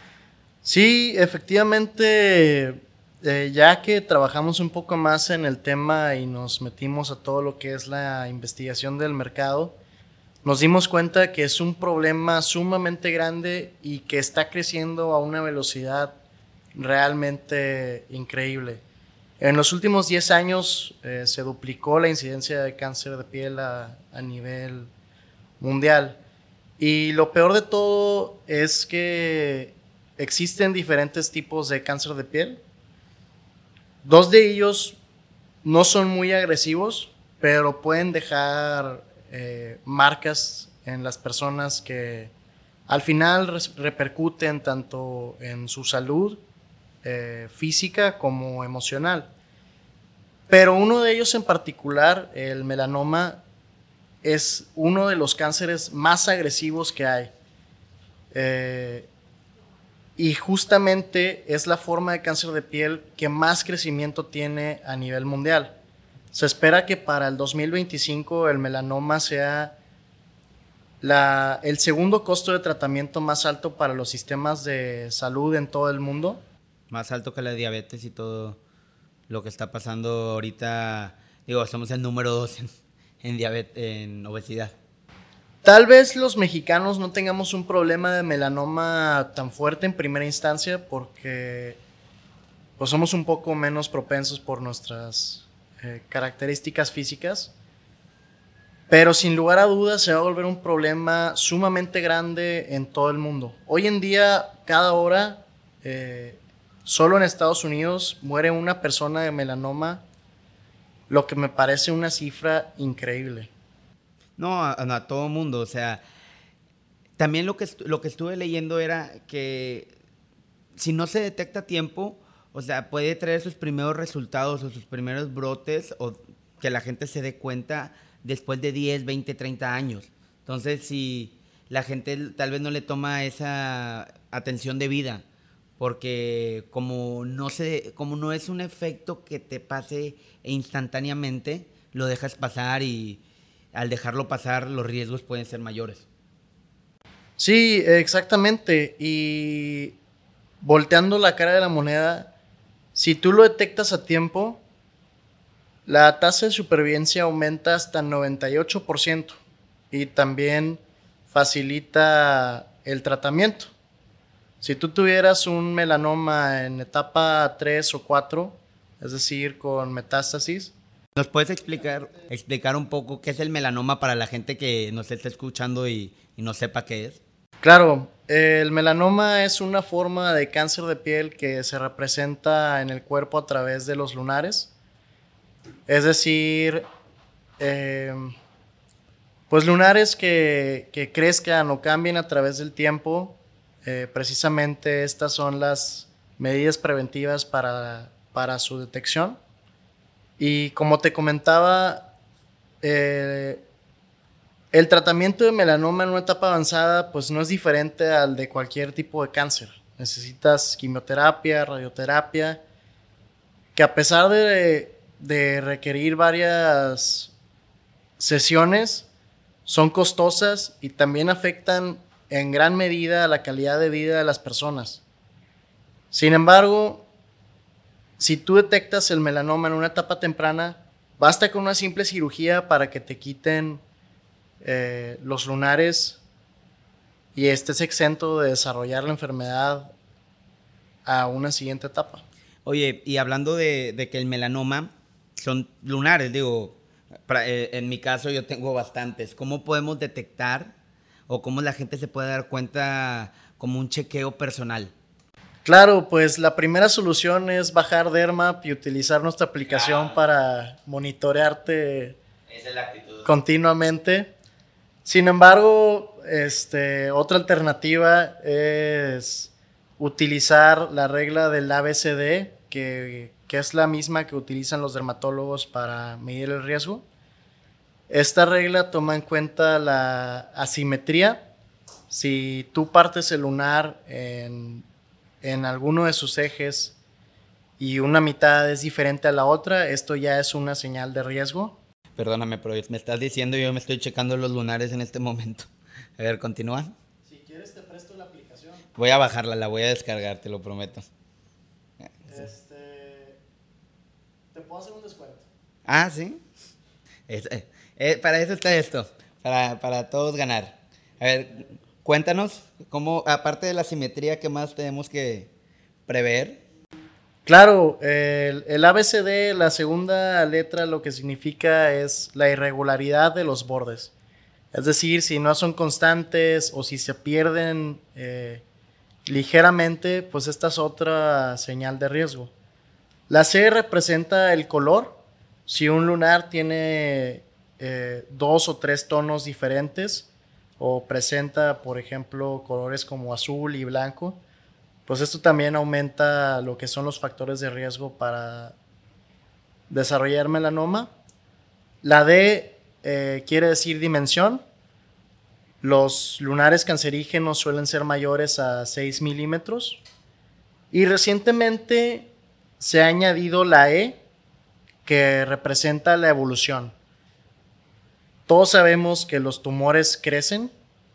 Sí, efectivamente, eh, ya que trabajamos un poco más en el tema y nos metimos a todo lo que es la investigación del mercado, nos dimos cuenta que es un problema sumamente grande y que está creciendo a una velocidad realmente increíble. En los últimos diez años eh, se duplicó la incidencia de cáncer de piel a, a nivel mundial. Y lo peor de todo es que existen diferentes tipos de cáncer de piel. Dos de ellos no son muy agresivos, pero pueden dejar eh, marcas en las personas que al final res- repercuten tanto en su salud Eh, física como emocional. Pero uno de ellos en particular, el melanoma, es uno de los cánceres más agresivos que hay. Eh, y justamente es la forma de cáncer de piel que más crecimiento tiene a nivel mundial. Se espera que para el dos mil veinticinco el melanoma sea la, el segundo costo de tratamiento más alto para los sistemas de salud en todo el mundo. Más alto que la diabetes y todo lo que está pasando ahorita. Digo, somos el número dos en, en, diabetes, en obesidad. Tal vez los mexicanos no tengamos un problema de melanoma tan fuerte en primera instancia porque pues, somos un poco menos propensos por nuestras eh, características físicas. Pero sin lugar a dudas se va a volver un problema sumamente grande en todo el mundo. Hoy en día, cada hora, eh, solo en Estados Unidos muere una persona de melanoma, lo que me parece una cifra increíble. No, a, a todo mundo, o sea, también lo que, lo que estuve leyendo era que si no se detecta a tiempo, o sea, puede traer sus primeros resultados o sus primeros brotes o que la gente se dé cuenta después de diez, veinte, treinta años. Entonces, si la gente tal vez no le toma esa atención debida, porque como no, se, como no es un efecto que te pase instantáneamente, lo dejas pasar y al dejarlo pasar los riesgos pueden ser mayores. Sí, exactamente. Y volteando la cara de la moneda, si tú lo detectas a tiempo, la tasa de supervivencia aumenta hasta el noventa y ocho por ciento y también facilita el tratamiento. Si tú tuvieras un melanoma en etapa tres o cuatro, es decir, con metástasis. ¿Nos puedes explicar, explicar un poco qué es el melanoma para la gente que nos está escuchando y, y no sepa qué es? Claro, el melanoma es una forma de cáncer de piel que se representa en el cuerpo a través de los lunares. Es decir, eh, pues lunares que, que crezcan o cambien a través del tiempo. Eh, precisamente estas son las medidas preventivas para, para su detección. Y como te comentaba, eh, el tratamiento de melanoma en una etapa avanzada pues no es diferente al de cualquier tipo de cáncer. Necesitas quimioterapia, radioterapia, que a pesar de, de requerir varias sesiones, son costosas y también afectan en gran medida la calidad de vida de las personas. Sin embargo, si tú detectas el melanoma en una etapa temprana, basta con una simple cirugía para que te quiten eh, los lunares y estés exento de desarrollar la enfermedad a una siguiente etapa. Oye, y hablando de, de que el melanoma son lunares, digo, para, eh, en mi caso yo tengo bastantes. ¿Cómo podemos detectar o cómo la gente se puede dar cuenta como un chequeo personal? Claro, pues la primera solución es bajar Dermap y utilizar nuestra aplicación claro. para monitorearte Esa es la actitud. Continuamente. Sin embargo, este, otra alternativa es utilizar la regla del A B C D, que, que es la misma que utilizan los dermatólogos para medir el riesgo. Esta regla toma en cuenta la asimetría. Si tú partes el lunar en en alguno de sus ejes y una mitad es diferente a la otra, esto ya es una señal de riesgo. Perdóname, pero me estás diciendo y yo me estoy checando los lunares en este momento. A ver, continúa. Si quieres te presto la aplicación. Voy a bajarla, la voy a descargar, te lo prometo. Este, te puedo hacer un descuento. Ah, ¿sí? Es, eh, eh, para eso está esto, para, para todos ganar. A ver, cuéntanos, cómo, aparte de la simetría, ¿qué más tenemos que prever? Claro, el, el A B C D, la segunda letra, lo que significa es la irregularidad de los bordes. Es decir, si no son constantes o si se pierden eh, ligeramente, pues esta es otra señal de riesgo. La C representa el color. Si un lunar tiene eh, dos o tres tonos diferentes, o presenta, por ejemplo, colores como azul y blanco, pues esto también aumenta lo que son los factores de riesgo para desarrollar melanoma. La D eh, quiere decir dimensión. Los lunares cancerígenos suelen ser mayores a seis milímetros. Y recientemente se ha añadido la E, que representa la evolución. Todos sabemos que los tumores crecen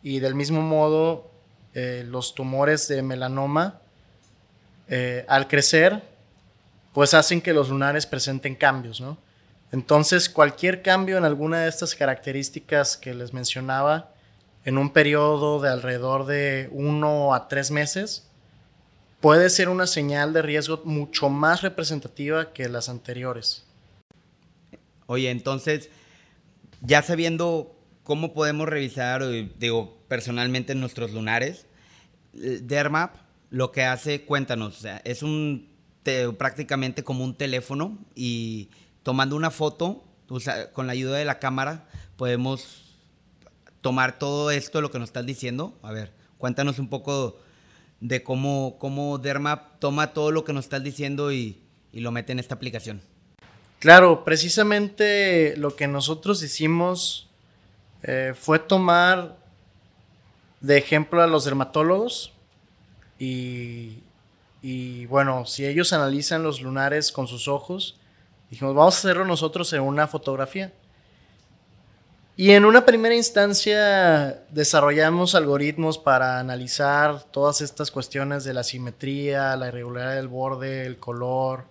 y del mismo modo eh, los tumores de melanoma eh, al crecer pues hacen que los lunares presenten cambios, ¿no? Entonces cualquier cambio en alguna de estas características que les mencionaba en un periodo de alrededor de uno a tres meses puede ser una señal de riesgo mucho más representativa que las anteriores. Oye, entonces, ya sabiendo cómo podemos revisar, digo, personalmente nuestros lunares, Dermap lo que hace, cuéntanos, o sea, es un te, prácticamente como un teléfono y tomando una foto, o sea, con la ayuda de la cámara, podemos tomar todo esto, lo que nos estás diciendo. A ver, cuéntanos un poco de cómo, cómo Dermap toma todo lo que nos estás diciendo y, y lo mete en esta aplicación. Claro, precisamente lo que nosotros hicimos eh, fue tomar de ejemplo a los dermatólogos y, y bueno, si ellos analizan los lunares con sus ojos, dijimos, vamos a hacerlo nosotros en una fotografía. Y en una primera instancia desarrollamos algoritmos para analizar todas estas cuestiones de la simetría, la irregularidad del borde, el color.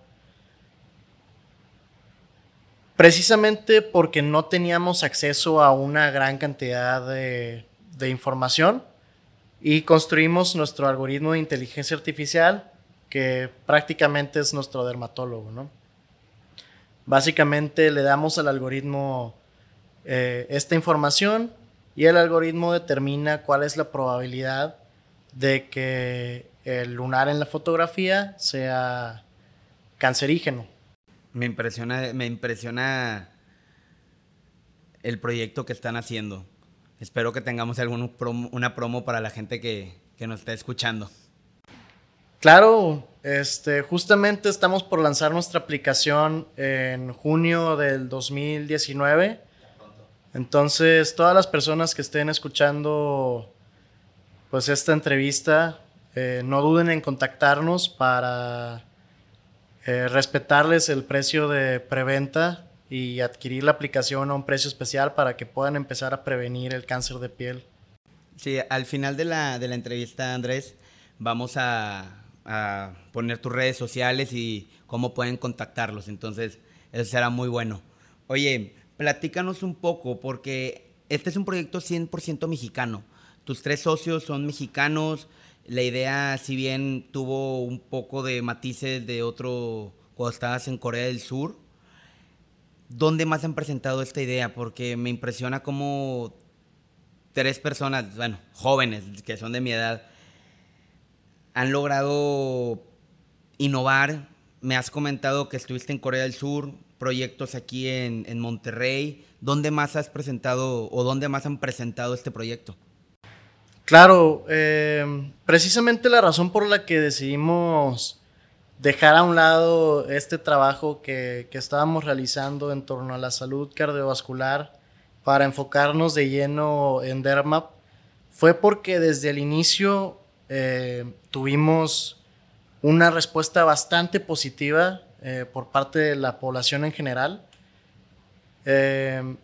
Precisamente porque no teníamos acceso a una gran cantidad de, de información y construimos nuestro algoritmo de inteligencia artificial que prácticamente es nuestro dermatólogo, ¿no? Básicamente le damos al algoritmo eh, esta información y el algoritmo determina cuál es la probabilidad de que el lunar en la fotografía sea cancerígeno. Me impresiona, me impresiona el proyecto que están haciendo. Espero que tengamos alguna promo, una promo para la gente que, que nos está escuchando. Claro, este, justamente estamos por lanzar nuestra aplicación en junio del dos mil diecinueve. Entonces, todas las personas que estén escuchando pues esta entrevista, eh, no duden en contactarnos para eh, respetarles el precio de preventa y adquirir la aplicación a un precio especial para que puedan empezar a prevenir el cáncer de piel. Sí, al final de la, de la entrevista, Andrés, vamos a, a poner tus redes sociales y cómo pueden contactarlos. Entonces, eso será muy bueno. Oye, platícanos un poco, porque este es un proyecto cien por ciento mexicano. Tus tres socios son mexicanos. La idea, si bien tuvo un poco de matices de otro cuando estabas en Corea del Sur, ¿dónde más han presentado esta idea? Porque me impresiona cómo tres personas, bueno, jóvenes, que son de mi edad, han logrado innovar. Me has comentado que estuviste en Corea del Sur, proyectos aquí en, en Monterrey. ¿Dónde más has presentado o dónde más han presentado este proyecto? Claro, eh, precisamente la razón por la que decidimos dejar a un lado este trabajo que, que estábamos realizando en torno a la salud cardiovascular para enfocarnos de lleno en Dermap fue porque desde el inicio eh, tuvimos una respuesta bastante positiva eh, por parte de la población en general. Eh,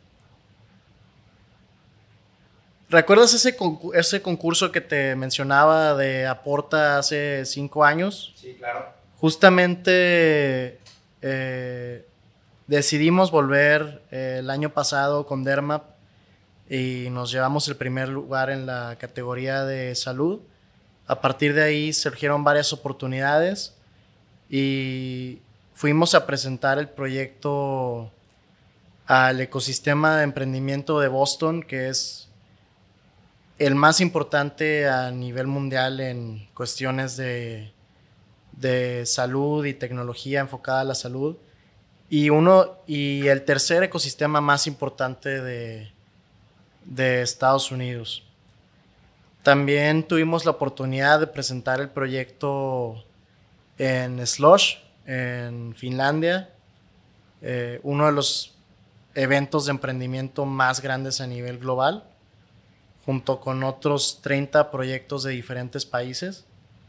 ¿Recuerdas ese, concu- ese concurso que te mencionaba de Aporta hace cinco años? Sí, claro. Justamente eh, decidimos volver eh, el año pasado con Dermap y nos llevamos el primer lugar en la categoría de salud. A partir de ahí surgieron varias oportunidades y fuimos a presentar el proyecto al ecosistema de emprendimiento de Boston, que es el más importante a nivel mundial en cuestiones de, de salud y tecnología enfocada a la salud. Y, uno, y el tercer ecosistema más importante de, de Estados Unidos. También tuvimos la oportunidad de presentar el proyecto en Slush, en Finlandia, eh, uno de los eventos de emprendimiento más grandes a nivel global, junto con otros treinta proyectos de diferentes países.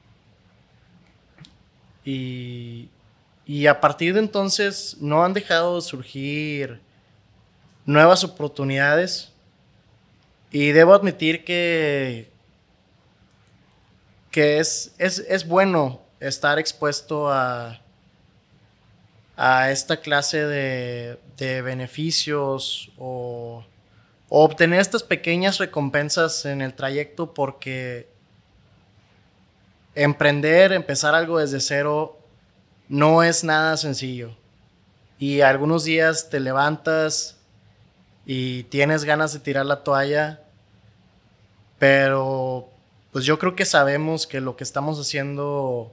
Y, y a partir de entonces no han dejado de surgir nuevas oportunidades. Y debo admitir que, que es, es, es bueno estar expuesto a, a esta clase de, de beneficios o, o obtener estas pequeñas recompensas en el trayecto, porque emprender, empezar algo desde cero, no es nada sencillo. Y algunos días te levantas y tienes ganas de tirar la toalla, pero pues yo creo que sabemos que lo que estamos haciendo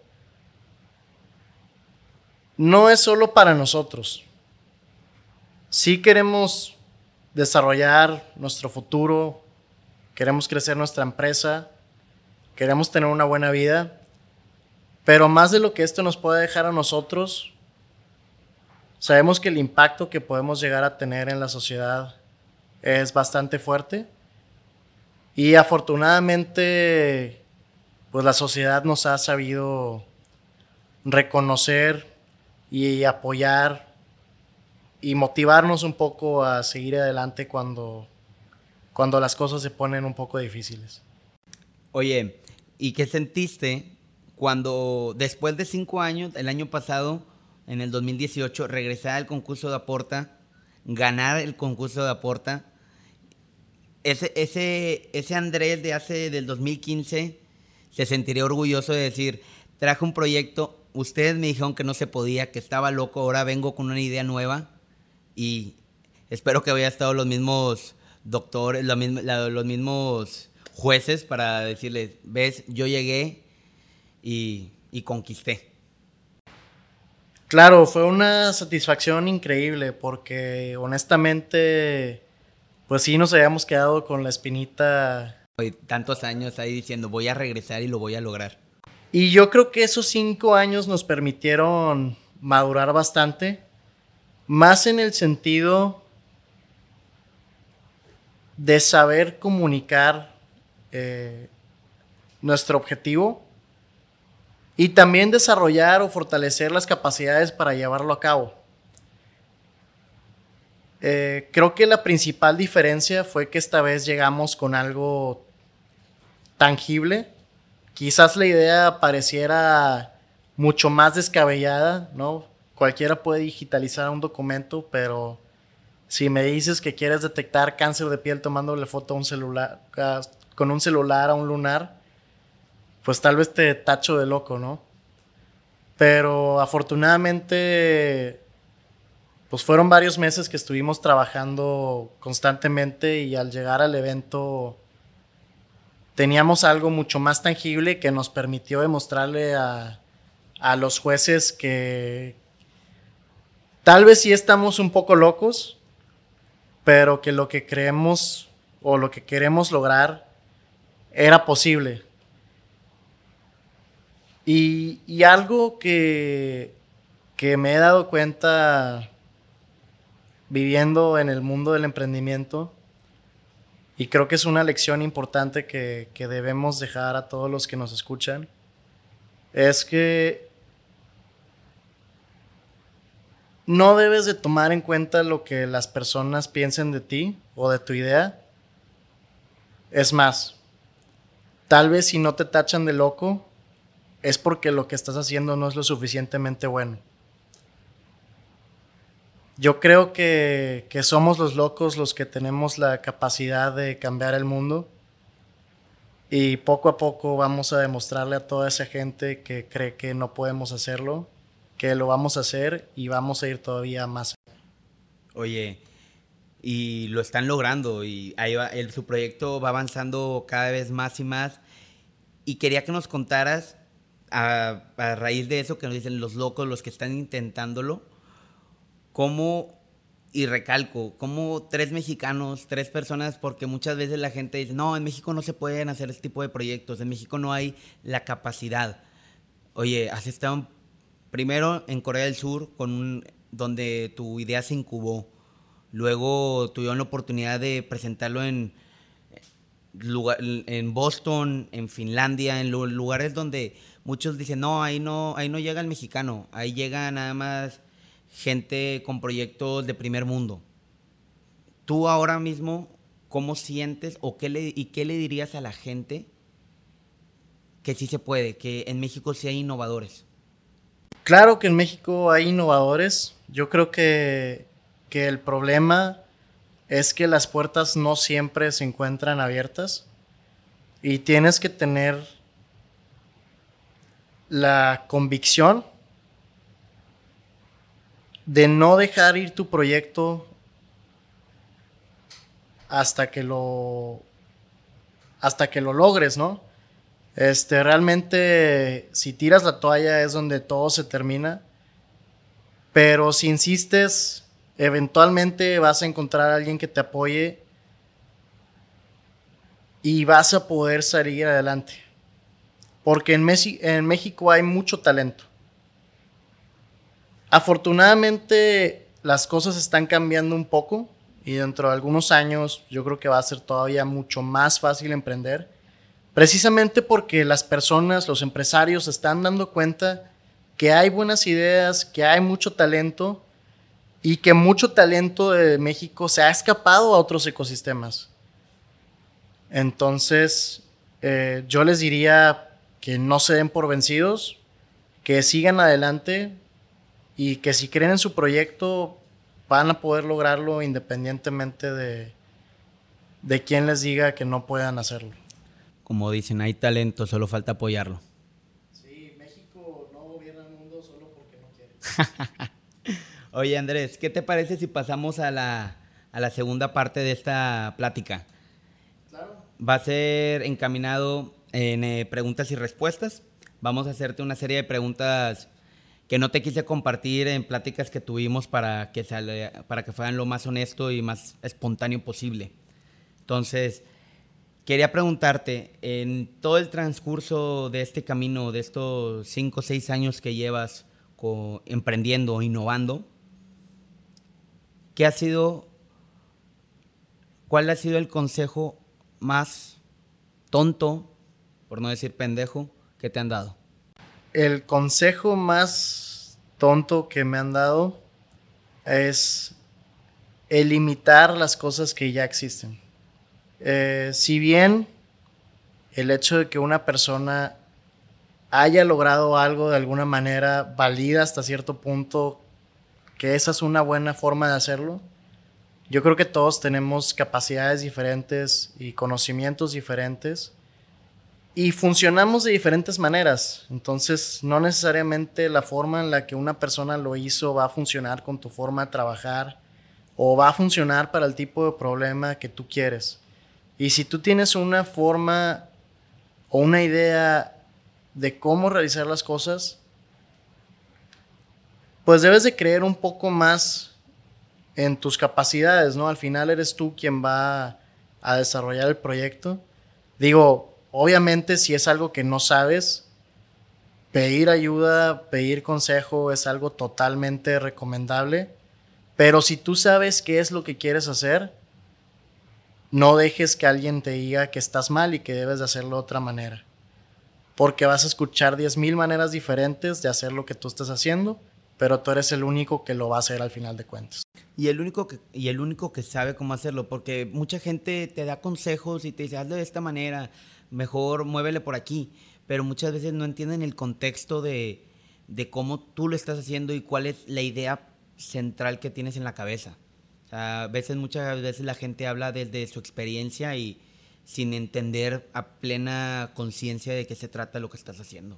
no es solo para nosotros. Sí queremos desarrollar nuestro futuro, queremos crecer nuestra empresa, queremos tener una buena vida, pero más de lo que esto nos puede dejar a nosotros, sabemos que el impacto que podemos llegar a tener en la sociedad es bastante fuerte. Y afortunadamente, pues la sociedad nos ha sabido reconocer y apoyar y motivarnos un poco a seguir adelante cuando, cuando las cosas se ponen un poco difíciles. Oye, ¿y qué sentiste cuando después de cinco años, el año pasado, en el dos mil dieciocho, regresar al concurso de Aporta, ganar el concurso de Aporta? Ese, ese, ese Andrés de hace del dos mil quince se sentiría orgulloso de decir, traje un proyecto, ustedes me dijeron que no se podía, que estaba loco, ahora vengo con una idea nueva y espero que haya estado los mismos doctores, los mismos, los mismos jueces para decirles, ves, yo llegué y, y conquisté. Claro, fue una satisfacción increíble porque honestamente, pues sí nos habíamos quedado con la espinita. Tantos años ahí diciendo, voy a regresar y lo voy a lograr. Y yo creo que esos cinco años nos permitieron madurar bastante, más en el sentido de saber comunicar eh, nuestro objetivo y también desarrollar o fortalecer las capacidades para llevarlo a cabo. Eh, creo que la principal diferencia fue que esta vez llegamos con algo tangible. Quizás la idea pareciera mucho más descabellada, ¿no? Cualquiera puede digitalizar un documento, pero si me dices que quieres detectar cáncer de piel tomándole foto a un celular, con un celular a un lunar, pues tal vez te tacho de loco, ¿no? Pero afortunadamente, pues fueron varios meses que estuvimos trabajando constantemente y al llegar al evento teníamos algo mucho más tangible que nos permitió demostrarle a, a los jueces que tal vez sí estamos un poco locos, pero que lo que creemos o lo que queremos lograr era posible. Y, y algo que, que me he dado cuenta viviendo en el mundo del emprendimiento, y creo que es una lección importante que, que debemos dejar a todos los que nos escuchan, es que no debes de tomar en cuenta lo que las personas piensen de ti o de tu idea. Es más, tal vez si no te tachan de loco, es porque lo que estás haciendo no es lo suficientemente bueno. Yo creo que, que somos los locos los que tenemos la capacidad de cambiar el mundo y poco a poco vamos a demostrarle a toda esa gente que cree que no podemos hacerlo, que lo vamos a hacer y vamos a ir todavía más. Oye, y lo están logrando y ahí va, el, su proyecto va avanzando cada vez más y más y quería que nos contaras a, a raíz de eso que nos dicen los locos, los que están intentándolo, cómo, y recalco, cómo tres mexicanos, tres personas, porque muchas veces la gente dice, no, en México no se pueden hacer este tipo de proyectos, en México no hay la capacidad. Oye, has estado primero en Corea del Sur, con un, donde tu idea se incubó, luego tuvieron la oportunidad de presentarlo en, lugar, en Boston, en Finlandia, en lugares donde muchos dicen, no, ahí no, ahí no llega el mexicano, ahí llega nada más gente con proyectos de primer mundo. Tú ahora mismo, ¿cómo sientes o qué le, y qué le dirías a la gente que sí se puede, que en México sí hay innovadores? Claro que en México hay innovadores. Yo creo que, que el problema es que las puertas no siempre se encuentran abiertas y tienes que tener la convicción de no dejar ir tu proyecto hasta que lo hasta que lo logres, ¿no? Este, realmente, si tiras la toalla es donde todo se termina, pero si insistes, eventualmente vas a encontrar a alguien que te apoye y vas a poder salir adelante. Porque en, Messi- en México hay mucho talento. Afortunadamente, las cosas están cambiando un poco y dentro de algunos años yo creo que va a ser todavía mucho más fácil emprender. Precisamente porque las personas, los empresarios se están dando cuenta que hay buenas ideas, que hay mucho talento y que mucho talento de México se ha escapado a otros ecosistemas. Entonces, eh, yo les diría que no se den por vencidos, que sigan adelante y que si creen en su proyecto van a poder lograrlo independientemente de, de quién les diga que no puedan hacerlo. Como dicen, hay talento, solo falta apoyarlo. Sí, México no gobierna el mundo solo porque no quiere. Oye, Andrés, ¿qué te parece si pasamos a la, a la segunda parte de esta plática? Claro. Va a ser encaminado en eh, preguntas y respuestas. Vamos a hacerte una serie de preguntas que no te quise compartir en pláticas que tuvimos para que, sale, para que fueran lo más honesto y más espontáneo posible. Entonces, quería preguntarte, en todo el transcurso de este camino, de estos cinco o seis años que llevas co- emprendiendo, innovando, ¿qué ha sido, cuál ha sido el consejo más tonto, por no decir pendejo, que te han dado? El consejo más tonto que me han dado es el limitar las cosas que ya existen. Eh, si bien el hecho de que una persona haya logrado algo de alguna manera valida hasta cierto punto que esa es una buena forma de hacerlo, yo creo que todos tenemos capacidades diferentes y conocimientos diferentes y funcionamos de diferentes maneras. Entonces, no necesariamente la forma en la que una persona lo hizo va a funcionar con tu forma de trabajar o va a funcionar para el tipo de problema que tú quieres. Y si tú tienes una forma o una idea de cómo realizar las cosas, pues debes de creer un poco más en tus capacidades, ¿no? Al final eres tú quien va a desarrollar el proyecto. Digo, obviamente si es algo que no sabes, pedir ayuda, pedir consejo es algo totalmente recomendable, pero si tú sabes qué es lo que quieres hacer, no dejes que alguien te diga que estás mal y que debes de hacerlo de otra manera, porque vas a escuchar diez mil maneras diferentes de hacer lo que tú estás haciendo, pero tú eres el único que lo va a hacer al final de cuentas. Y el único que, y el único que sabe cómo hacerlo, porque mucha gente te da consejos y te dice, hazlo de esta manera, mejor muévele por aquí, pero muchas veces no entienden el contexto de, de cómo tú lo estás haciendo y cuál es la idea central que tienes en la cabeza. O sea, a veces, muchas veces la gente habla desde su experiencia y sin entender a plena conciencia de qué se trata lo que estás haciendo.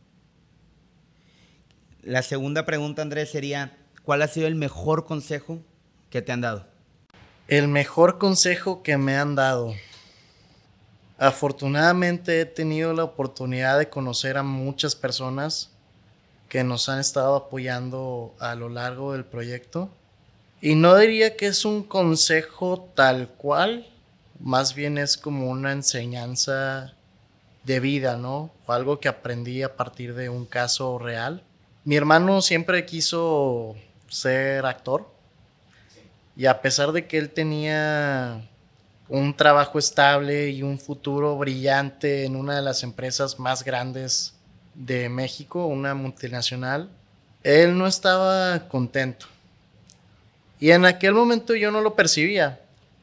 La segunda pregunta, Andrés, sería, ¿cuál ha sido el mejor consejo que te han dado? El mejor consejo que me han dado. Afortunadamente he tenido la oportunidad de conocer a muchas personas que nos han estado apoyando a lo largo del proyecto. Y no diría que es un consejo tal cual, más bien es como una enseñanza de vida, ¿no? O algo que aprendí a partir de un caso real. Mi hermano siempre quiso ser actor y a pesar de que él tenía un trabajo estable y un futuro brillante en una de las empresas más grandes de México, una multinacional, él no estaba contento. Y en aquel momento yo no lo percibía,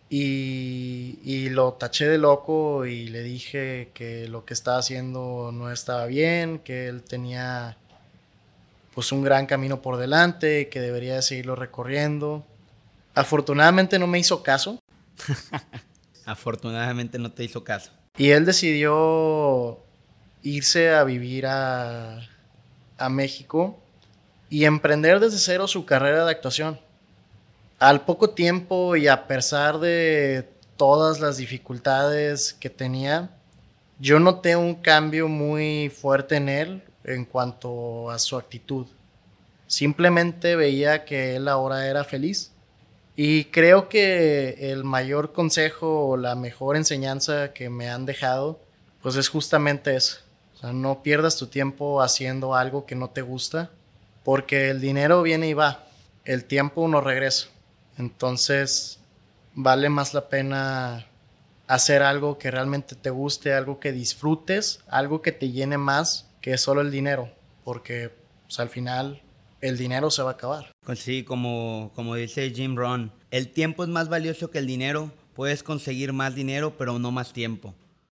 y, y lo taché de loco y le dije que lo que estaba haciendo no estaba bien, que él tenía pues un gran camino por delante, que debería de seguirlo recorriendo. Afortunadamente no me hizo caso. Afortunadamente no te hizo caso. Y él decidió irse a vivir a, a México y emprender desde cero su carrera de actuación. Al poco tiempo y a pesar de todas las dificultades que tenía, yo noté un cambio muy fuerte en él en cuanto a su actitud. Simplemente veía que él ahora era feliz. Y creo que el mayor consejo o la mejor enseñanza que me han dejado, pues es justamente eso. O sea, no pierdas tu tiempo haciendo algo que no te gusta, porque el dinero viene y va, el tiempo no regresa. Entonces, vale más la pena hacer algo que realmente te guste, algo que disfrutes, algo que te llene más que solo el dinero, porque pues, al final el dinero se va a acabar. Sí, como, como dice Jim Rohn, el tiempo es más valioso que el dinero. Puedes conseguir más dinero, pero no más tiempo.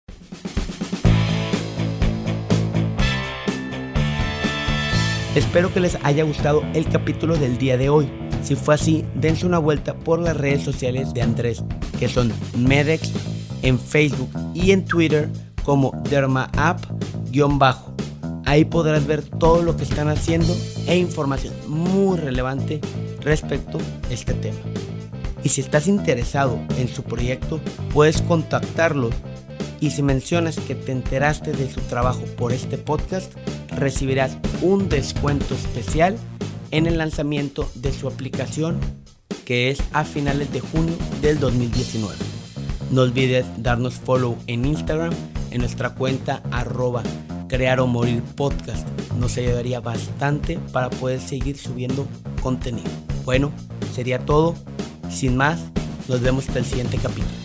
Espero que les haya gustado el capítulo del día de hoy. Si fue así, dense una vuelta por las redes sociales de Andrés, que son Medex, en Facebook y en Twitter como DermaApp-bajo. Ahí podrás ver todo lo que están haciendo e información muy relevante respecto a este tema. Y si estás interesado en su proyecto, puedes contactarlos. Y si mencionas que te enteraste de su trabajo por este podcast, recibirás un descuento especial en el lanzamiento de su aplicación, que es a finales de junio del dos mil diecinueve. No olvides darnos follow en Instagram, en nuestra cuenta arroba Crear o Morir Podcast. Nos ayudaría bastante para poder seguir subiendo contenido. Bueno, sería todo. Sin más, nos vemos hasta el siguiente capítulo.